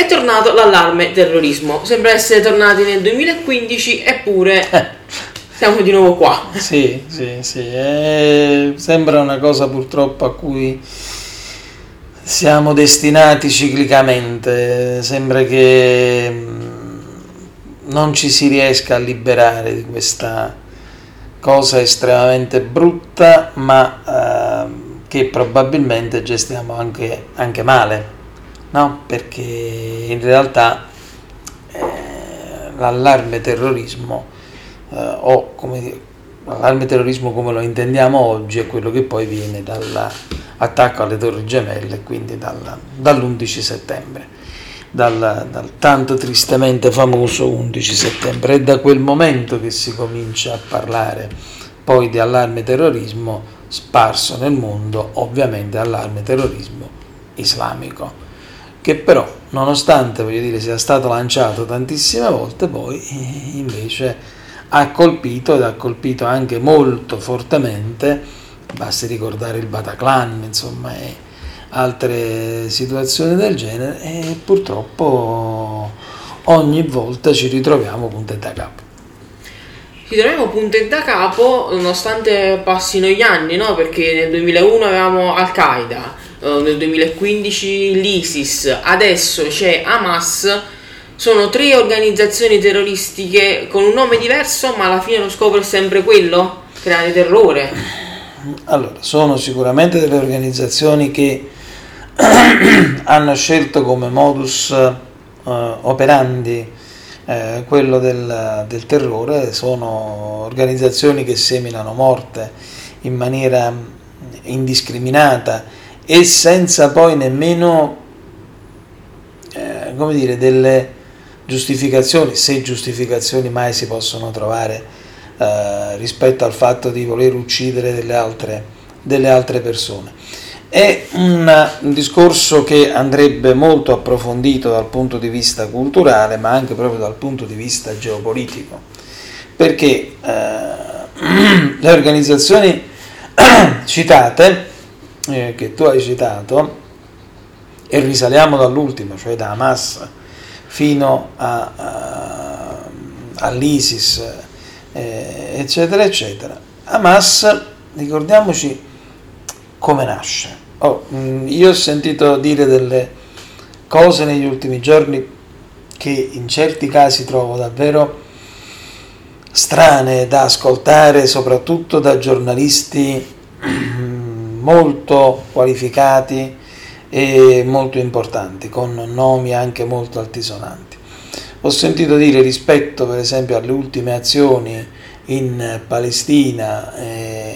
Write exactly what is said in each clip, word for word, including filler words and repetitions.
è tornato l'allarme terrorismo. Sembra essere tornati nel duemilaquindici, eppure siamo di nuovo qua. Sì, sì, sì. Eh, sembra una cosa purtroppo a cui siamo destinati ciclicamente. Sembra che non ci si riesca a liberare di questa cosa estremamente brutta, ma eh, che probabilmente gestiamo anche, anche male, no? Perché in realtà eh, l'allarme terrorismo eh, o come dire, l'allarme terrorismo come lo intendiamo oggi è quello che poi viene dall'attacco alle Torri Gemelle, quindi dalla, dall'undici settembre, dal, dal tanto tristemente famoso undici settembre. È da quel momento che si comincia a parlare poi di allarme terrorismo sparso nel mondo, ovviamente allarme terrorismo islamico, che però nonostante, voglio dire, sia stato lanciato tantissime volte, poi invece ha colpito ed ha colpito anche molto fortemente, basti ricordare il Bataclan, insomma, e altre situazioni del genere, e purtroppo ogni volta ci ritroviamo punta e da capo. Ci troviamo punta e da capo nonostante passino gli anni, no? Perché nel duemilauno avevamo Al-Qaeda, nel duemilaquindici l'ISIS, adesso c'è Hamas. Sono tre organizzazioni terroristiche con un nome diverso, ma alla fine lo scopo è sempre quello: creare terrore. Allora, sono sicuramente delle organizzazioni che hanno scelto come modus uh, operandi eh, quello del, del terrore. Sono organizzazioni che seminano morte in maniera indiscriminata e senza poi nemmeno eh, come dire, delle giustificazioni, se giustificazioni mai si possono trovare eh, rispetto al fatto di voler uccidere delle altre, delle altre persone. È un, un discorso che andrebbe molto approfondito dal punto di vista culturale, ma anche proprio dal punto di vista geopolitico, perché eh, le organizzazioni citate, eh, che tu hai citato, e risaliamo dall'ultimo, cioè da Hamas fino a, a, all'ISIS, eh, eccetera, eccetera. Hamas, ricordiamoci come nasce. Oh, io ho sentito dire delle cose negli ultimi giorni che in certi casi trovo davvero strane da ascoltare, soprattutto da giornalisti molto qualificati e molto importanti, con nomi anche molto altisonanti. Ho sentito dire rispetto per esempio alle ultime azioni in Palestina eh,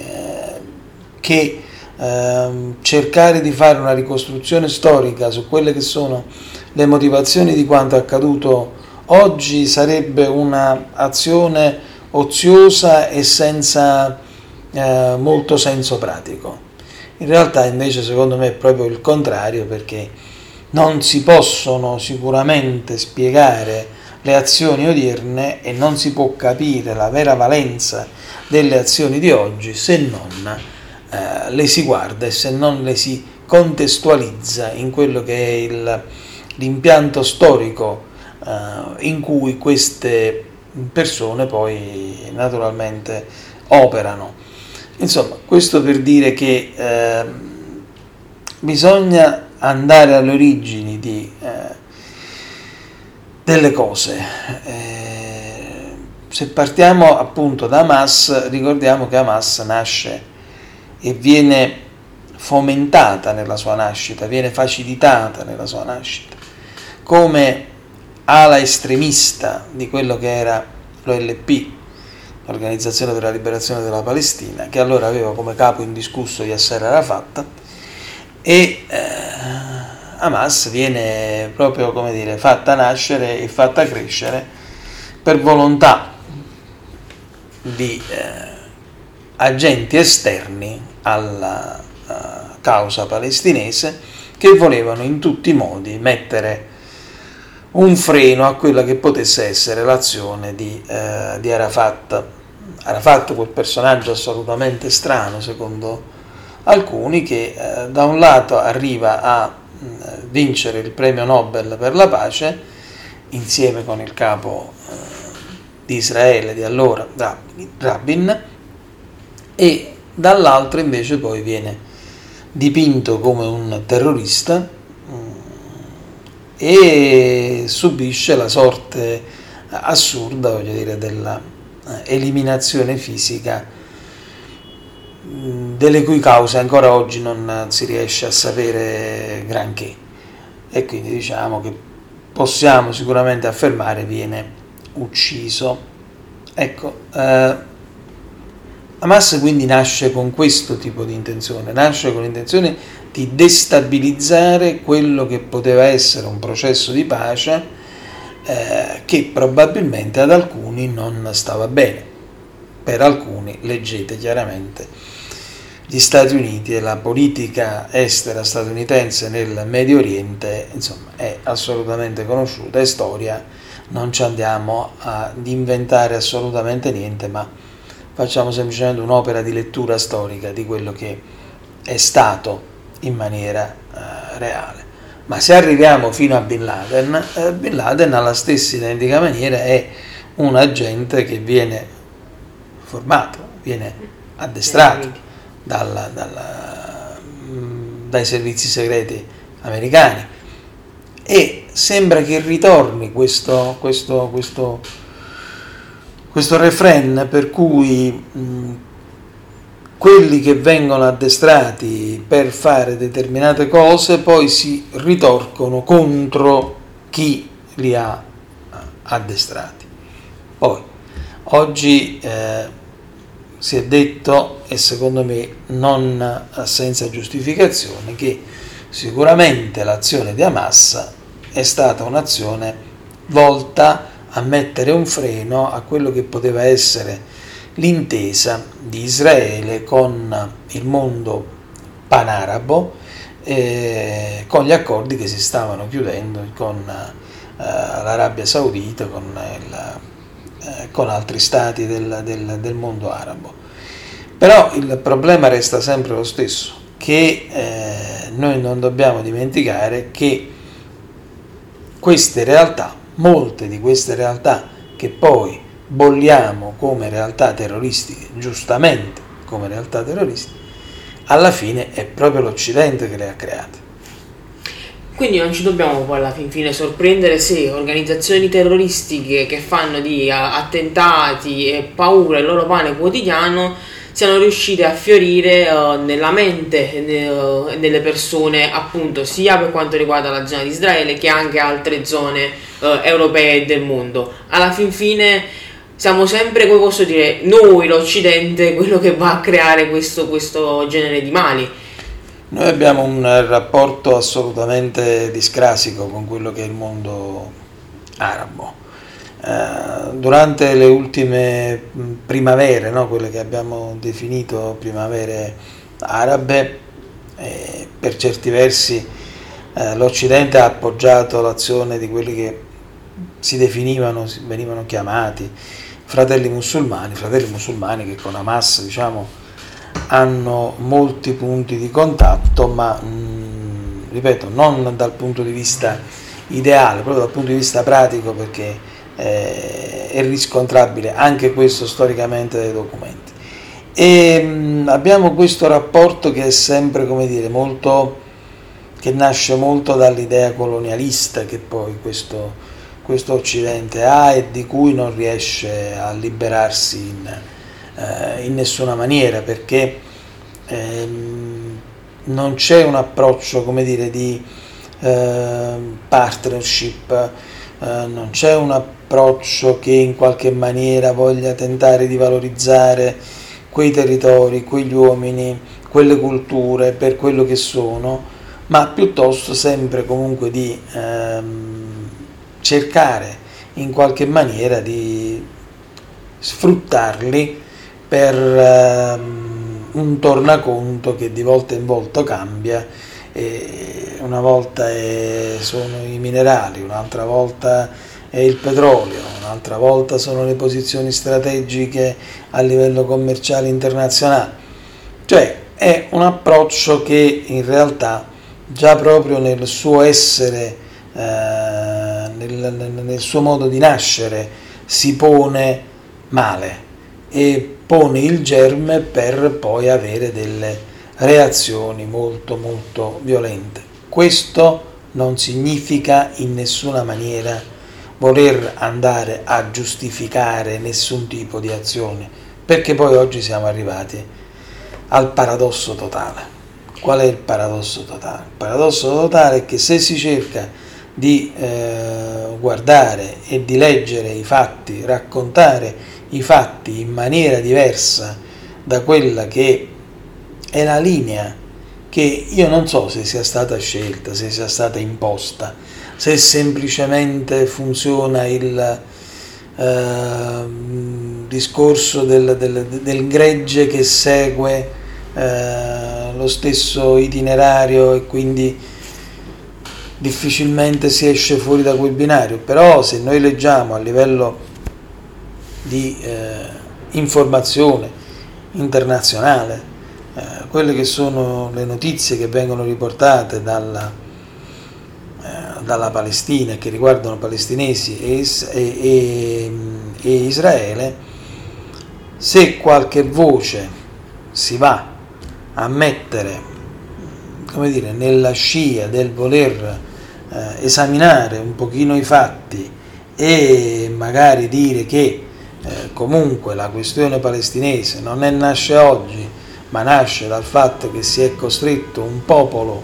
che eh, cercare di fare una ricostruzione storica su quelle che sono le motivazioni di quanto accaduto oggi sarebbe un'azione oziosa e senza eh, molto senso pratico. In realtà invece secondo me è proprio il contrario, perché non si possono sicuramente spiegare le azioni odierne e non si può capire la vera valenza delle azioni di oggi se non eh, le si guarda e se non le si contestualizza in quello che è il, l'impianto storico eh, in cui queste persone poi naturalmente operano. Insomma, questo per dire che eh, bisogna andare alle origini di, eh, delle cose. Eh, se partiamo appunto da Hamas, ricordiamo che Hamas nasce e viene fomentata nella sua nascita, viene facilitata nella sua nascita come ala estremista di quello che era l'O L P, l'Organizzazione per la Liberazione della Palestina, che allora aveva come capo indiscusso Yasser Arafat, e eh, Hamas viene proprio, come dire, fatta nascere e fatta crescere per volontà di eh, agenti esterni alla uh, causa palestinese, che volevano in tutti i modi mettere un freno a quella che potesse essere l'azione di, eh, di Arafat. Arafat, quel personaggio assolutamente strano secondo alcuni, che eh, da un lato arriva a vincere il premio Nobel per la pace insieme con il capo eh, di Israele di allora, Rabin, e dall'altro invece poi viene dipinto come un terrorista mh, e subisce la sorte assurda, voglio dire, della eh, eliminazione fisica, mh, delle cui cause ancora oggi non si riesce a sapere granché, e quindi diciamo che possiamo sicuramente affermare viene ucciso. Ecco, eh, Hamas quindi nasce con questo tipo di intenzione, nasce con l'intenzione di destabilizzare quello che poteva essere un processo di pace eh, che probabilmente ad alcuni non stava bene. Per alcuni, leggete chiaramente, gli Stati Uniti e la politica estera statunitense nel Medio Oriente, insomma, è assolutamente conosciuta, è storia, non ci andiamo ad inventare assolutamente niente, ma facciamo semplicemente un'opera di lettura storica di quello che è stato in maniera eh, reale. Ma se arriviamo fino a Bin Laden, eh, Bin Laden alla stessa identica maniera è un agente che viene formato, viene addestrato Dalla, dalla, dai servizi segreti americani, e sembra che ritorni questo, questo, questo, questo refrain per cui mh, quelli che vengono addestrati per fare determinate cose poi si ritorcono contro chi li ha addestrati. Poi oggi eh, si è detto, e secondo me non senza giustificazione, che sicuramente l'azione di Hamas è stata un'azione volta a mettere un freno a quello che poteva essere l'intesa di Israele con il mondo panarabo, eh, con gli accordi che si stavano chiudendo con eh, l'Arabia Saudita, con il con altri stati del, del, del mondo arabo. Però il problema resta sempre lo stesso, che eh, noi non dobbiamo dimenticare che queste realtà, molte di queste realtà che poi bolliamo come realtà terroristiche, giustamente come realtà terroristiche, alla fine è proprio l'Occidente che le ha create. Quindi non ci dobbiamo poi alla fin fine sorprendere se organizzazioni terroristiche che fanno di attentati e paura il loro pane quotidiano siano riuscite a fiorire uh, nella mente ne, uh, delle persone, appunto, sia per quanto riguarda la zona di Israele che anche altre zone uh, europee del mondo. Alla fin fine siamo sempre, come posso dire, noi l'Occidente quello che va a creare questo, questo genere di mali. Noi abbiamo un rapporto assolutamente discrasico con quello che è il mondo arabo. Eh, durante le ultime primavere, no, quelle che abbiamo definito primavere arabe, eh, per certi versi eh, l'Occidente ha appoggiato l'azione di quelli che si definivano, venivano chiamati fratelli musulmani, fratelli musulmani che con Hamas, diciamo, hanno molti punti di contatto, ma mh, ripeto, non dal punto di vista ideale, proprio dal punto di vista pratico, perché eh, è riscontrabile anche questo storicamente dai documenti. E mh, abbiamo questo rapporto che è sempre, come dire, molto, che nasce molto dall'idea colonialista che poi questo, questo Occidente ha e di cui non riesce a liberarsi in in nessuna maniera, perché ehm, non c'è un approccio, come dire, di eh, partnership, eh, non c'è un approccio che in qualche maniera voglia tentare di valorizzare quei territori, quegli uomini, quelle culture per quello che sono, ma piuttosto sempre comunque di ehm, cercare in qualche maniera di sfruttarli per um, un tornaconto che di volta in volta cambia, e una volta è, sono i minerali, un'altra volta è il petrolio, un'altra volta sono le posizioni strategiche a livello commerciale internazionale. Cioè è un approccio che in realtà già proprio nel suo essere, eh, nel, nel suo modo di nascere, si pone male e pone il germe per poi avere delle reazioni molto molto violente. Questo non significa in nessuna maniera voler andare a giustificare nessun tipo di azione, perché poi oggi siamo arrivati al paradosso totale. Qual è il paradosso totale? Il paradosso totale è che se si cerca di eh, guardare e di leggere i fatti, raccontare i fatti in maniera diversa da quella che è la linea che io non so se sia stata scelta, se sia stata imposta, se semplicemente funziona il eh, discorso del, del, del gregge che segue eh, lo stesso itinerario e quindi difficilmente si esce fuori da quel binario. Però se noi leggiamo a livello di eh, informazione internazionale eh, quelle che sono le notizie che vengono riportate dalla, eh, dalla Palestina e che riguardano palestinesi e, e, e, e Israele, se qualche voce si va a mettere, come dire, nella scia del voler eh, esaminare un pochino i fatti e magari dire che Eh, comunque la questione palestinese non è, nasce oggi, ma nasce dal fatto che si è costretto un popolo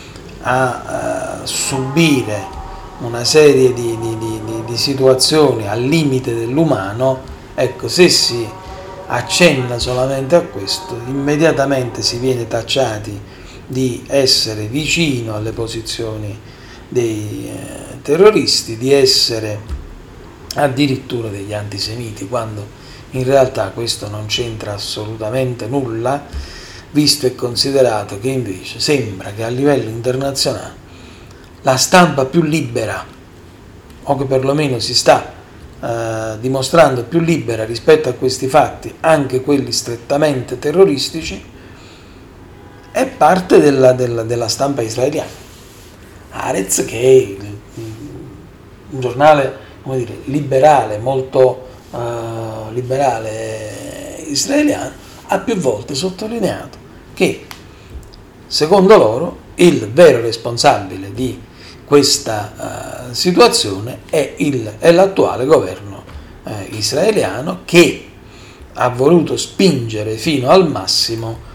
a uh, subire una serie di, di, di, di situazioni al limite dell'umano. Ecco, se si accenna solamente a questo, immediatamente si viene tacciati di essere vicino alle posizioni dei eh, terroristi, di essere addirittura degli antisemiti, quando in realtà questo non c'entra assolutamente nulla, visto e considerato che invece sembra che a livello internazionale la stampa più libera, o che perlomeno si sta eh, dimostrando più libera rispetto a questi fatti, anche quelli strettamente terroristici, è parte della, della, della stampa israeliana. Haaretz, che è il, un giornale, come dire, liberale, molto uh, liberale israeliano, ha più volte sottolineato che, secondo loro, il vero responsabile di questa uh, situazione è, il, è l'attuale governo uh, israeliano, che ha voluto spingere fino al massimo,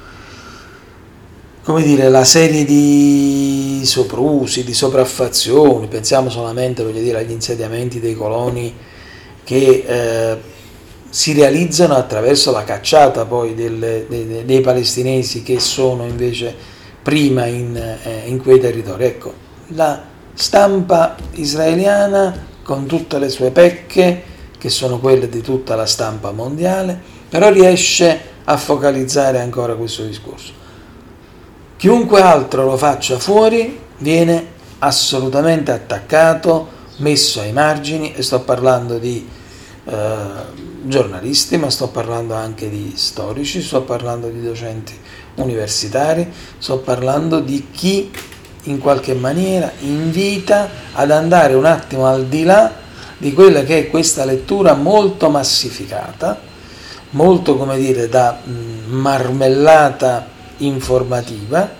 come dire, la serie di soprusi, di sopraffazioni. Pensiamo solamente, voglio dire, agli insediamenti dei coloni che eh, si realizzano attraverso la cacciata poi delle, dei, dei palestinesi che sono invece prima in, eh, in quei territori. Ecco, la stampa israeliana, con tutte le sue pecche, che sono quelle di tutta la stampa mondiale, però riesce a focalizzare ancora questo discorso. Chiunque altro lo faccia fuori viene assolutamente attaccato, messo ai margini, e sto parlando di eh, giornalisti, ma sto parlando anche di storici, sto parlando di docenti universitari, sto parlando di chi in qualche maniera invita ad andare un attimo al di là di quella che è questa lettura molto massificata, molto, come dire, da mh, marmellata informativa,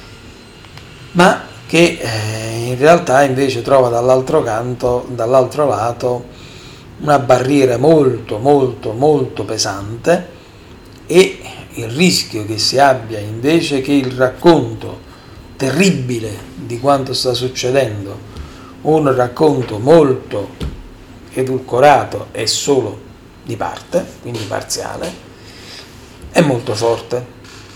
ma che eh, in realtà invece trova dall'altro canto, dall'altro lato, una barriera molto molto molto pesante, e il rischio che si abbia invece che il racconto terribile di quanto sta succedendo, un racconto molto edulcorato e solo di parte, quindi parziale, è molto forte.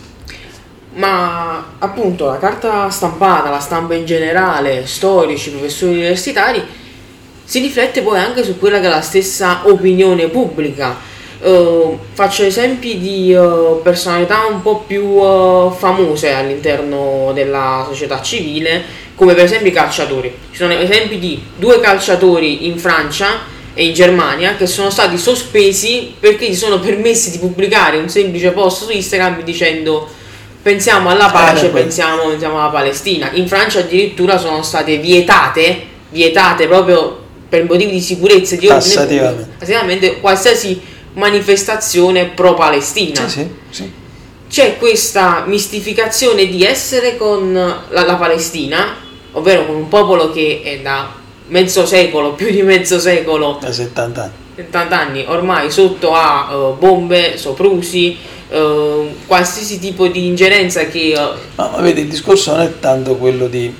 Ma appunto la carta stampata, la stampa in generale, storici, professori universitari, si riflette poi anche su quella che è la stessa opinione pubblica. Uh, faccio esempi di uh, personalità un po' più uh, famose all'interno della società civile, come per esempio i calciatori. Ci sono esempi di due calciatori in Francia e in Germania che sono stati sospesi perché si sono permessi di pubblicare un semplice post su Instagram dicendo pensiamo alla pace, eh, pensiamo, pensiamo alla Palestina. In Francia addirittura sono state vietate, vietate proprio per motivi di sicurezza e di ordine pubblico, qualsiasi manifestazione pro-Palestina. Sì, sì, sì. C'è questa mistificazione di essere con la, la Palestina, ovvero con un popolo che è da mezzo secolo, più di mezzo secolo, da settanta anni, settanta anni ormai sotto a uh, bombe, soprusi, uh, qualsiasi tipo di ingerenza che... Uh... No, ma vedi, il discorso non è tanto quello di,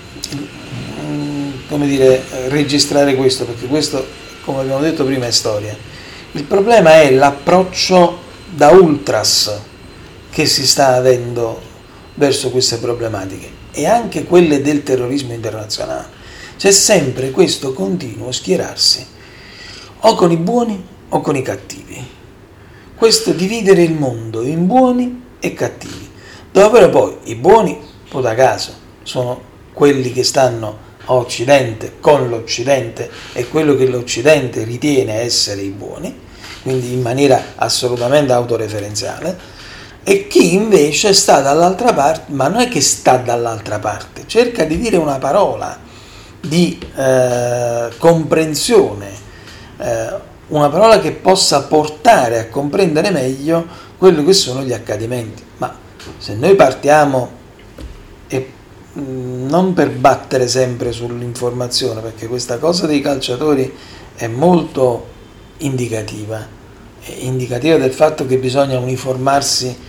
come dire, registrare questo, perché questo, come abbiamo detto prima, è storia. Il problema è l'approccio da ultras che si sta avendo verso queste problematiche e anche quelle del terrorismo internazionale. C'è sempre questo continuo schierarsi o con i buoni o con i cattivi, questo dividere il mondo in buoni e cattivi, dove però poi i buoni, puta caso, sono quelli che stanno a Occidente con l'Occidente e quello che l'Occidente ritiene essere i buoni, quindi in maniera assolutamente autoreferenziale, e chi invece sta dall'altra parte, ma non è che sta dall'altra parte, cerca di dire una parola di eh, comprensione, eh, una parola che possa portare a comprendere meglio quello che sono gli accadimenti. Ma se noi partiamo, e mh, non per battere sempre sull'informazione, perché questa cosa dei calciatori è molto indicativa, è indicativa del fatto che bisogna uniformarsi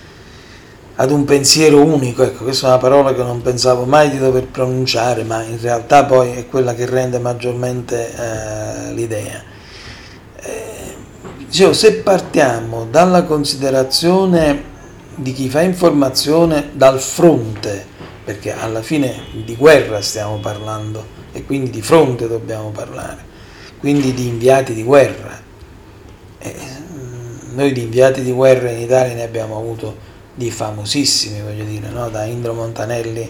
ad un pensiero unico. Ecco, questa è una parola che non pensavo mai di dover pronunciare, ma in realtà poi è quella che rende maggiormente eh, l'idea. Eh, dicevo, se partiamo dalla considerazione di chi fa informazione dal fronte, perché alla fine di guerra stiamo parlando e quindi di fronte dobbiamo parlare, quindi di inviati di guerra. Eh, noi di inviati di guerra in Italia ne abbiamo avuto di famosissimi, voglio dire, no? Da Indro Montanelli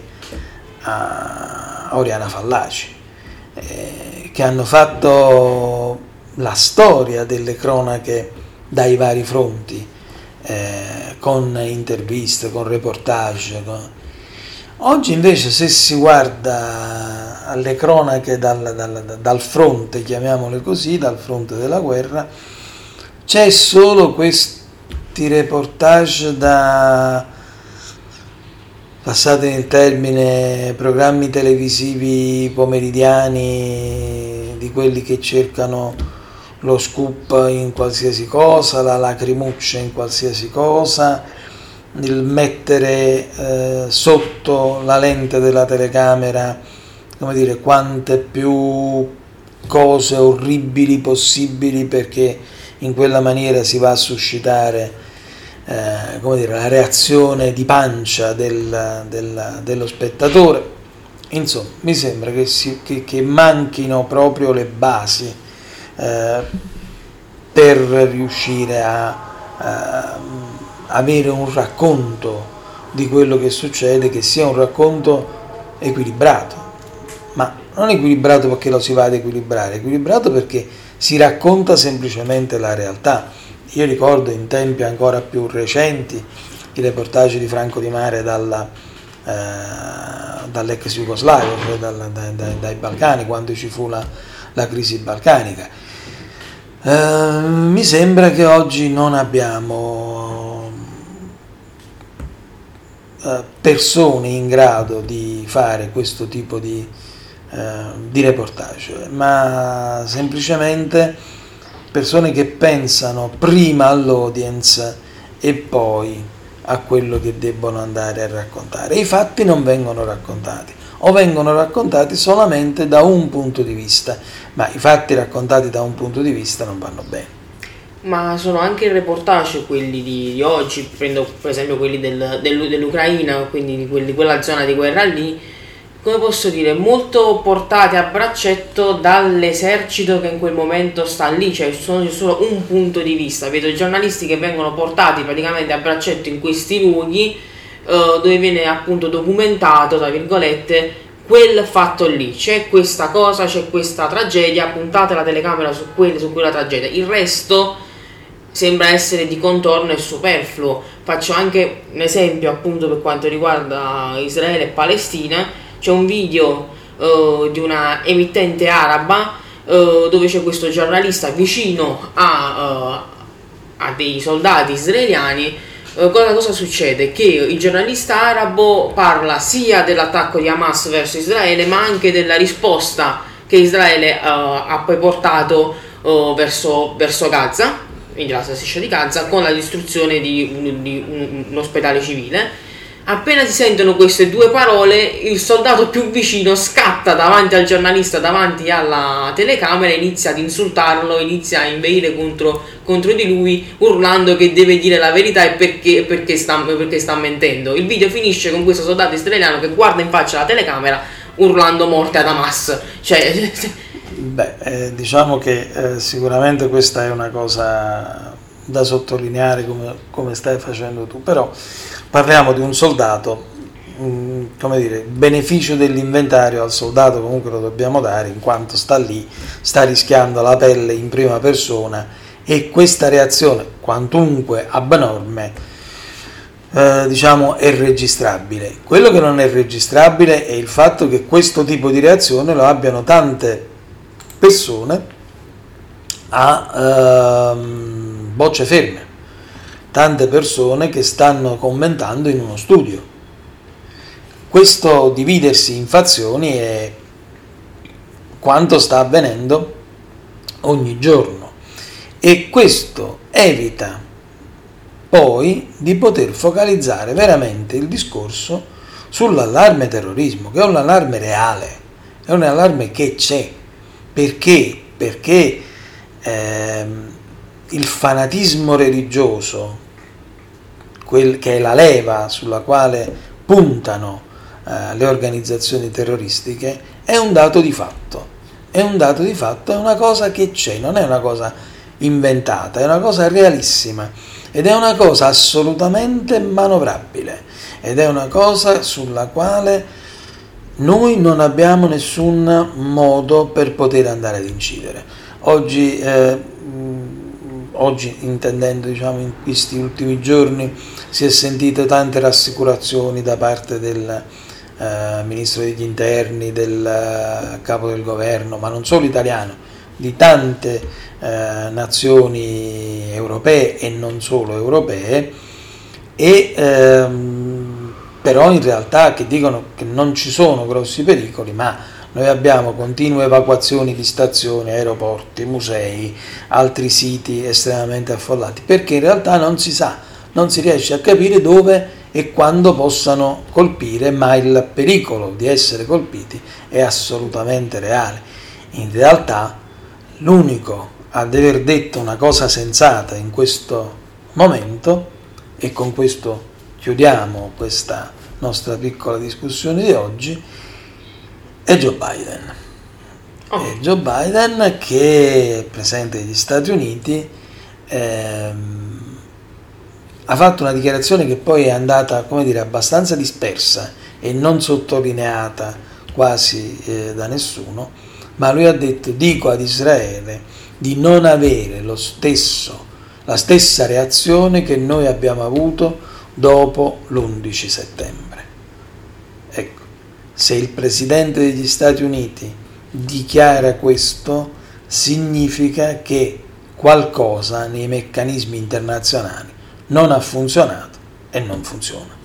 a Oriana Fallaci, eh, che hanno fatto la storia delle cronache dai vari fronti, eh, con interviste, con reportage. Con... Oggi invece, se si guarda alle cronache dal, dal, dal fronte, chiamiamole così, dal fronte della guerra, c'è solo questo reportage da, passate il termine, programmi televisivi pomeridiani di quelli che cercano lo scoop in qualsiasi cosa, la lacrimuccia in qualsiasi cosa, il mettere eh, sotto la lente della telecamera, come dire, quante più cose orribili possibili, perché in quella maniera si va a suscitare eh, come dire, la reazione di pancia del, del, dello spettatore. Insomma, mi sembra che, si, che, che manchino proprio le basi eh, per riuscire a, a avere un racconto di quello che succede, che sia un racconto equilibrato, ma non equilibrato perché lo si va ad equilibrare, equilibrato perché si racconta semplicemente la realtà. Io ricordo in tempi ancora più recenti i reportage di Franco Di Mare dalla, eh, dall'ex Jugoslavia, cioè dalla, dai, dai, dai Balcani, quando ci fu la, la crisi balcanica. Eh, mi sembra che oggi non abbiamo eh, persone in grado di fare questo tipo di di reportage, ma semplicemente persone che pensano prima all'audience e poi a quello che debbono andare a raccontare. I fatti non vengono raccontati o vengono raccontati solamente da un punto di vista, ma i fatti raccontati da un punto di vista non vanno bene. Ma sono anche i reportage quelli di, di oggi, prendo per esempio quelli del, del, dell'Ucraina, quindi di, quelli, di quella zona di guerra lì, come posso dire, molto portati a braccetto dall'esercito che in quel momento sta lì, cioè c'è solo un punto di vista. Vedo i giornalisti che vengono portati praticamente a braccetto in questi luoghi eh, dove viene appunto documentato, tra virgolette, quel fatto lì. C'è questa cosa, c'è questa tragedia, puntate la telecamera su, quelle, su quella tragedia. Il resto sembra essere di contorno e superfluo. Faccio anche un esempio appunto per quanto riguarda Israele e Palestina. C'è un video uh, di una emittente araba uh, dove c'è questo giornalista vicino a, uh, a dei soldati israeliani. Uh, cosa, cosa succede? Che il giornalista arabo parla sia dell'attacco di Hamas verso Israele, ma anche della risposta che Israele uh, ha poi portato uh, verso, verso Gaza, quindi la striscia di Gaza, con la distruzione di un, di un, un ospedale civile. Appena si sentono queste due parole, il soldato più vicino scatta davanti al giornalista, davanti alla telecamera, inizia ad insultarlo, inizia a inveire contro, contro di lui, urlando che deve dire la verità e perché, perché, sta, perché sta mentendo. Il video finisce con questo soldato israeliano che guarda in faccia la telecamera urlando morte ad Hamas. Cioè... Beh, eh, diciamo che eh, sicuramente questa è una cosa da sottolineare come, come stai facendo tu, però parliamo di un soldato, mh, come dire, il beneficio dell'inventario al soldato comunque lo dobbiamo dare, in quanto sta lì, sta rischiando la pelle in prima persona, e questa reazione, quantunque abnorme, eh, diciamo è registrabile. Quello che non è registrabile è il fatto che questo tipo di reazione lo abbiano tante persone a ehm, bocce ferme, tante persone che stanno commentando in uno studio. Questo dividersi in fazioni è quanto sta avvenendo ogni giorno, e questo evita poi di poter focalizzare veramente il discorso sull'allarme terrorismo, che è un allarme reale, è un allarme che c'è. Perché? Perché ehm, il fanatismo religioso, quel che è la leva sulla quale puntano eh, le organizzazioni terroristiche, è un dato di fatto. È un dato di fatto, è una cosa che c'è, non è una cosa inventata, è una cosa realissima, ed è una cosa assolutamente manovrabile, ed è una cosa sulla quale noi non abbiamo nessun modo per poter andare ad incidere. Oggi, eh, oggi intendendo, diciamo, in questi ultimi giorni, si è sentito tante rassicurazioni da parte del eh, Ministro degli Interni, del eh, Capo del Governo, ma non solo italiano, di tante eh, nazioni europee e non solo europee, e ehm, però in realtà che dicono che non ci sono grossi pericoli, ma noi abbiamo continue evacuazioni di stazioni, aeroporti, musei, altri siti estremamente affollati, perché in realtà non si sa, non si riesce a capire dove e quando possano colpire, ma il pericolo di essere colpiti è assolutamente reale. In realtà l'unico ad aver detto una cosa sensata in questo momento, e con questo chiudiamo questa nostra piccola discussione di oggi, è Joe Biden. Oh. È Joe Biden, che è presidente degli Stati Uniti, ehm, ha fatto una dichiarazione che poi è andata, come dire, abbastanza dispersa e non sottolineata quasi eh, da nessuno, ma lui ha detto: dico ad Israele di non avere lo stesso, la stessa reazione che noi abbiamo avuto dopo l'undici settembre. Ecco, se il Presidente degli Stati Uniti dichiara questo, significa che qualcosa nei meccanismi internazionali non ha funzionato e non funziona.